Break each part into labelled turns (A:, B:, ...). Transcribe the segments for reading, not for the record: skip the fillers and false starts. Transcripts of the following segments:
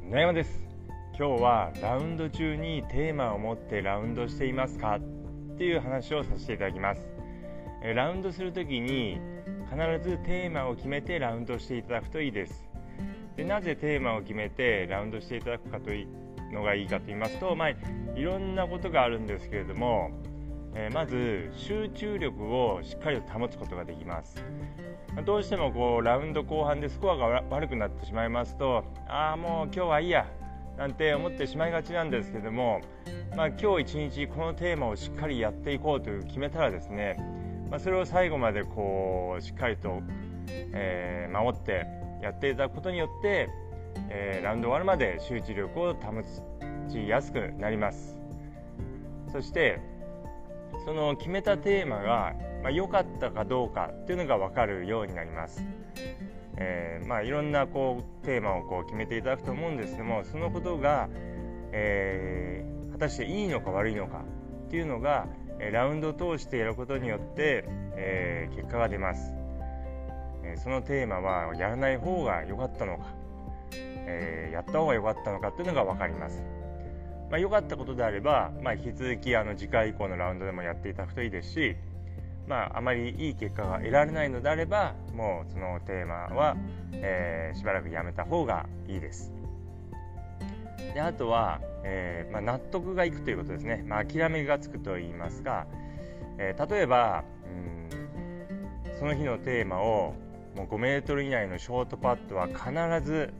A: 長山です。今日はラウンド中にテーマを持ってラウンドしていますかっていう話をさせていただきます。ラウンドするときに必ずテーマを決めてラウンドしていただくといいです。で、なぜテーマを決めてラウンドしていただくかというのがいいかと言いますと、いろんなことがあるんですけれども、まず集中力をしっかりと保つことができます。どうしてもラウンド後半でスコアが悪くなってしまいますと、もう今日はいいやなんて思ってしまいがちなんですけども、今日一日このテーマをしっかりやっていこうと決めたらですね、それを最後までしっかりと、守ってやっていただくことによって、ラウンド終わるまで集中力を保ちやすくなります。そしてその決めたテーマが良かったかどうかっていうのが分かるようになります。いろんなテーマを決めていただくと思うんですけども、そのことが、果たしていいのか悪いのかっていうのがラウンドを通してやることによって、結果が出ます。そのテーマはやらない方が良かったのか、やった方が良かったのかっていうのが分かります。良かったことであれば、引き続き次回以降のラウンドでもやっていただくといいですし、あまりいい結果が得られないのであれば、もうそのテーマは、しばらくやめた方がいいです。で、あとは、納得がいくということですね。諦めがつくといいますか、例えばその日のテーマをもう5メートル以内のショートパットは必ず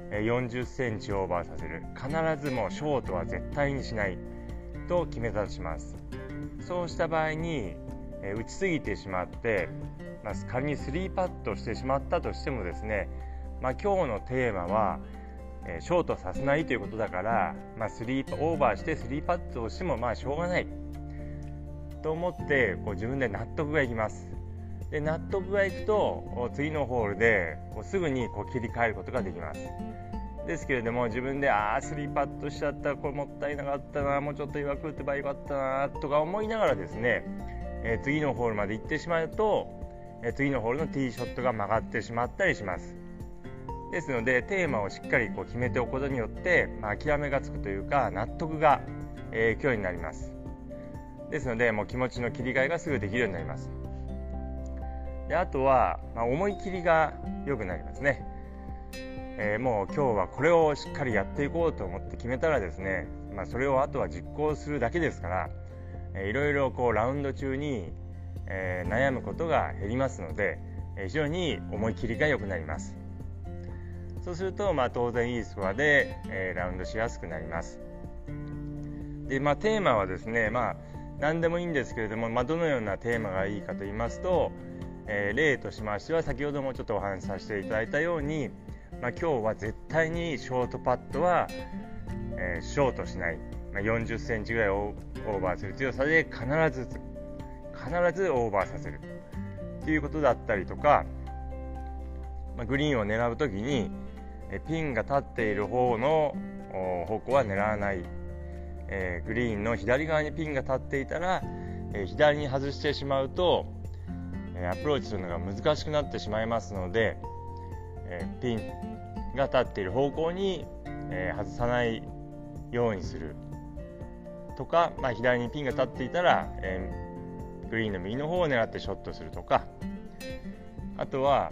A: 40センチオーバーさせる、必ずもうショートは絶対にしないと決めたとします。そうした場合に打ちすぎてしまって、仮に3パットしてしまったとしてもですね、今日のテーマはショートさせないということだから、オーバーして3パットをしてもしょうがないと思って自分で納得がいきます。で、納得がいくと次のホールですぐに切り替えることができます。ですけれども、自分で3パットしちゃった、これもったいなかったな、もうちょっと弱く打てばよかったなとか思いながらですね、次のホールまで行ってしまうと、次のホールのティーショットが曲がってしまったりします。ですので、テーマをしっかり決めておくことによって、諦めがつくというか納得がいくようになります。ですので、もう気持ちの切り替えがすぐできるようになります。で、あとは、思い切りが良くなりますね。もう今日はこれをしっかりやっていこうと思って決めたらですね、それをあとは実行するだけですから、いろいろラウンド中に、悩むことが減りますので、非常に思い切りが良くなります。そうすると、当然いいスコアで、ラウンドしやすくなります。で、テーマはですね、何でもいいんですけれども、どのようなテーマがいいかと言いますと、例としましては、先ほどもちょっとお話しさせていただいたように、今日は絶対にショートパットは、ショートしない、40センチぐらいオーバーする強さで必ずオーバーさせるということだったりとか、グリーンを狙うときにピンが立っている方の方向は狙わない、グリーンの左側にピンが立っていたら、左に外してしまうとアプローチするのが難しくなってしまいますので、ピンが立っている方向に、外さないようにするとか、左にピンが立っていたら、グリーンの右の方を狙ってショットするとか、あとは、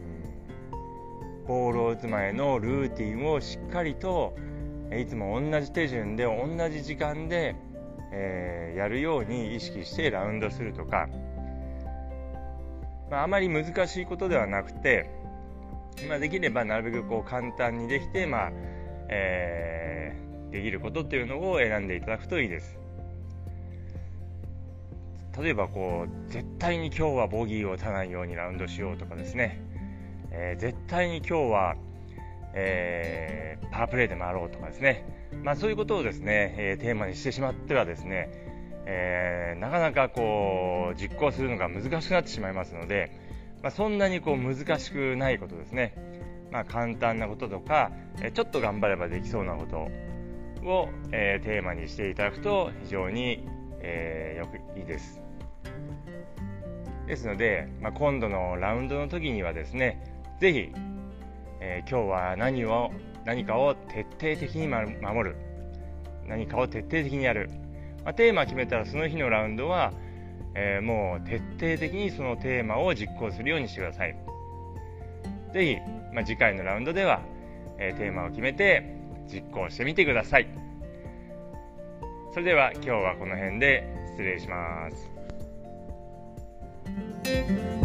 A: ボールを打つ前のルーティンをしっかりといつも同じ手順で同じ時間で、やるように意識してラウンドするとか、あまり難しいことではなくて、できればなるべく簡単にできて、できることっていうのを選んでいただくといいです。例えば絶対に今日はボギーを打たないようにラウンドしようとかですね、絶対に今日は、パープレーで回ろうとかですね、そういうことをですね、テーマにしてしまってはですね、なかなか実行するのが難しくなってしまいますので、そんなに難しくないことですね、簡単なこととか、ちょっと頑張ればできそうなことを、テーマにしていただくと非常に、いいです。ですので、今度のラウンドの時にはですね、ぜひ、今日は何を何かを徹底的に守る、何かを徹底的にやる、テーマを決めたらその日のラウンドは、もう徹底的にそのテーマを実行するようにしてください。ぜひ、次回のラウンドでは、テーマを決めて実行してみてください。それでは今日はこの辺で失礼します。